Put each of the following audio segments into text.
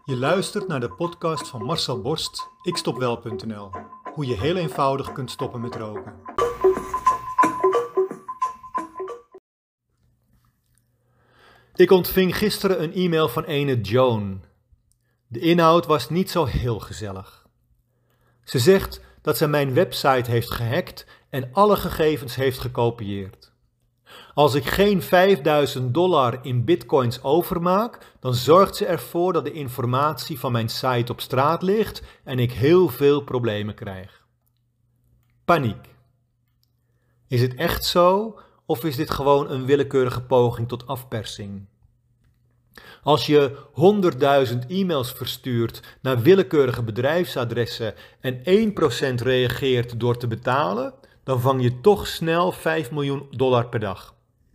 Je luistert naar de podcast van Marcel Borst, ikstopwel.nl. Hoe je heel eenvoudig kunt stoppen met roken. Ik ontving gisteren een e-mail van ene Joan. De inhoud was niet zo heel gezellig. Ze zegt dat ze mijn website heeft gehackt en alle gegevens heeft gekopieerd. Als ik geen $5000 in bitcoins overmaak, dan zorgt ze ervoor dat de informatie van mijn site op straat ligt en ik heel veel problemen krijg. Paniek. Is het echt zo of is dit gewoon een willekeurige poging tot afpersing? Als je 100.000 e-mails verstuurt naar willekeurige bedrijfsadressen en 1% reageert door te betalen, dan vang je toch snel $5 miljoen per dag.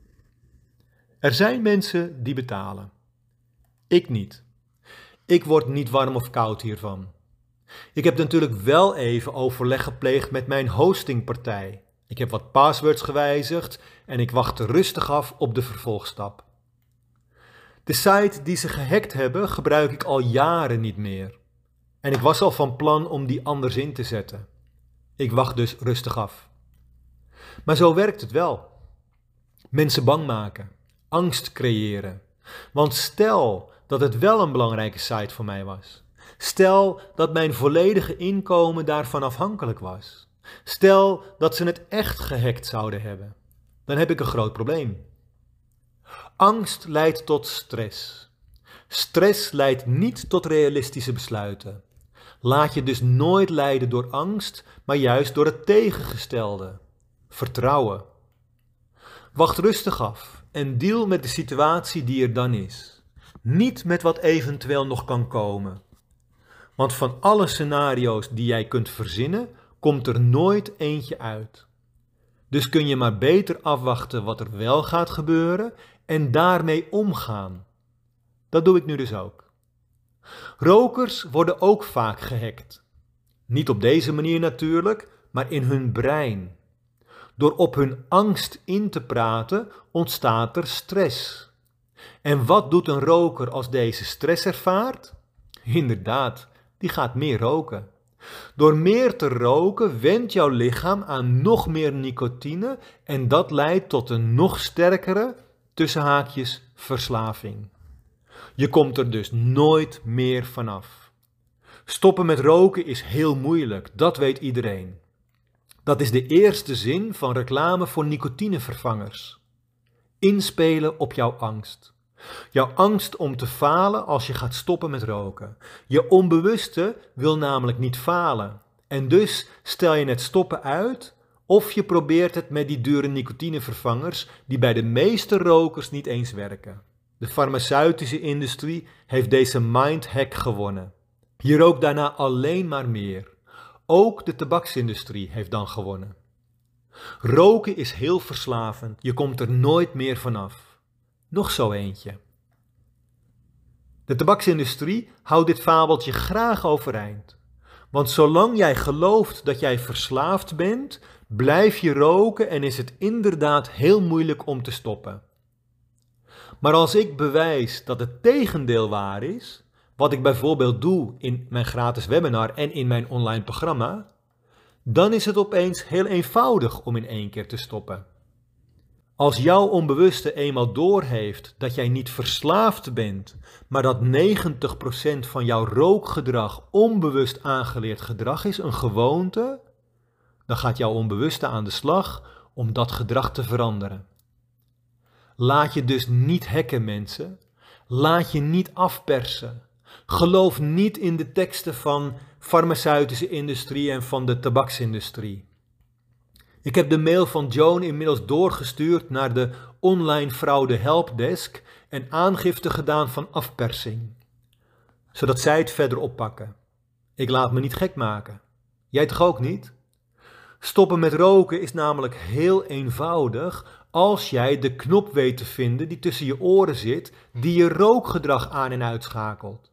Er zijn mensen die betalen. Ik niet. Ik word niet warm of koud hiervan. Ik heb natuurlijk wel even overleg gepleegd met mijn hostingpartij. Ik heb wat passwords gewijzigd en ik wacht rustig af op de vervolgstap. De site die ze gehackt hebben gebruik ik al jaren niet meer. En ik was al van plan om die anders in te zetten. Ik wacht dus rustig af. Maar zo werkt het wel. Mensen bang maken. Angst creëren. Want stel dat het wel een belangrijke site voor mij was. Stel dat mijn volledige inkomen daarvan afhankelijk was. Stel dat ze het echt gehackt zouden hebben. Dan heb ik een groot probleem. Angst leidt tot stress. Stress leidt niet tot realistische besluiten. Laat je dus nooit leiden door angst, maar juist door het tegengestelde. Vertrouwen. Wacht rustig af en deal met de situatie die er dan is. Niet met wat eventueel nog kan komen. Want van alle scenario's die jij kunt verzinnen, komt er nooit eentje uit. Dus kun je maar beter afwachten wat er wel gaat gebeuren en daarmee omgaan. Dat doe ik nu dus ook. Rokers worden ook vaak gehackt. Niet op deze manier natuurlijk, maar in hun brein. Door op hun angst in te praten ontstaat er stress. En wat doet een roker als deze stress ervaart? Inderdaad, die gaat meer roken. Door meer te roken wendt jouw lichaam aan nog meer nicotine en dat leidt tot een nog sterkere, tussen haakjes, verslaving. Je komt er dus nooit meer vanaf. Stoppen met roken is heel moeilijk, dat weet iedereen. Dat is de eerste zin van reclame voor nicotinevervangers. Inspelen op jouw angst. Jouw angst om te falen als je gaat stoppen met roken. Je onbewuste wil namelijk niet falen. En dus stel je het stoppen uit of je probeert het met die dure nicotinevervangers die bij de meeste rokers niet eens werken. De farmaceutische industrie heeft deze mindhack gewonnen. Je rookt daarna alleen maar meer. Ook de tabaksindustrie heeft dan gewonnen. Roken is heel verslavend. Je komt er nooit meer vanaf. Nog zo eentje. De tabaksindustrie houdt dit fabeltje graag overeind. Want zolang jij gelooft dat jij verslaafd bent, blijf je roken en is het inderdaad heel moeilijk om te stoppen. Maar als ik bewijs dat het tegendeel waar is, wat ik bijvoorbeeld doe in mijn gratis webinar en in mijn online programma, dan is het opeens heel eenvoudig om in één keer te stoppen. Als jouw onbewuste eenmaal doorheeft dat jij niet verslaafd bent, maar dat 90% van jouw rookgedrag onbewust aangeleerd gedrag is, een gewoonte, dan gaat jouw onbewuste aan de slag om dat gedrag te veranderen. Laat je dus niet hacken, mensen. Laat je niet afpersen. Geloof niet in de teksten van farmaceutische industrie en van de tabaksindustrie. Ik heb de mail van Joan inmiddels doorgestuurd naar de online fraude helpdesk en aangifte gedaan van afpersing. Zodat zij het verder oppakken. Ik laat me niet gek maken. Jij toch ook niet? Stoppen met roken is namelijk heel eenvoudig als jij de knop weet te vinden die tussen je oren zit, die je rookgedrag aan en uitschakelt.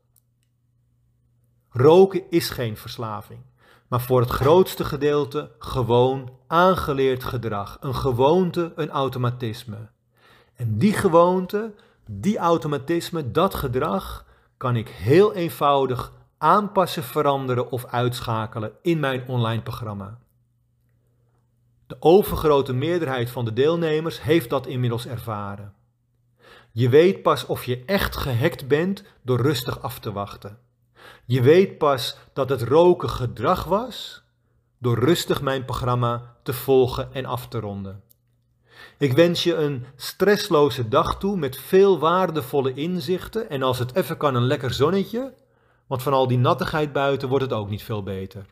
Roken is geen verslaving, maar voor het grootste gedeelte gewoon aangeleerd gedrag. Een gewoonte, een automatisme. En die gewoonte, die automatisme, dat gedrag kan ik heel eenvoudig aanpassen, veranderen of uitschakelen in mijn online programma. De overgrote meerderheid van de deelnemers heeft dat inmiddels ervaren. Je weet pas of je echt gehackt bent door rustig af te wachten. Je weet pas dat het roken gedrag was door rustig mijn programma te volgen en af te ronden. Ik wens je een stressloze dag toe met veel waardevolle inzichten en als het even kan een lekker zonnetje, want van al die nattigheid buiten wordt het ook niet veel beter.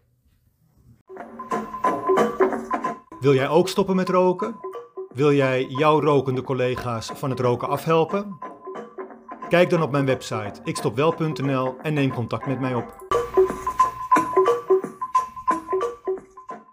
Wil jij ook stoppen met roken? Wil jij jouw rokende collega's van het roken afhelpen? Kijk dan op mijn website ikstopwel.nl en neem contact met mij op.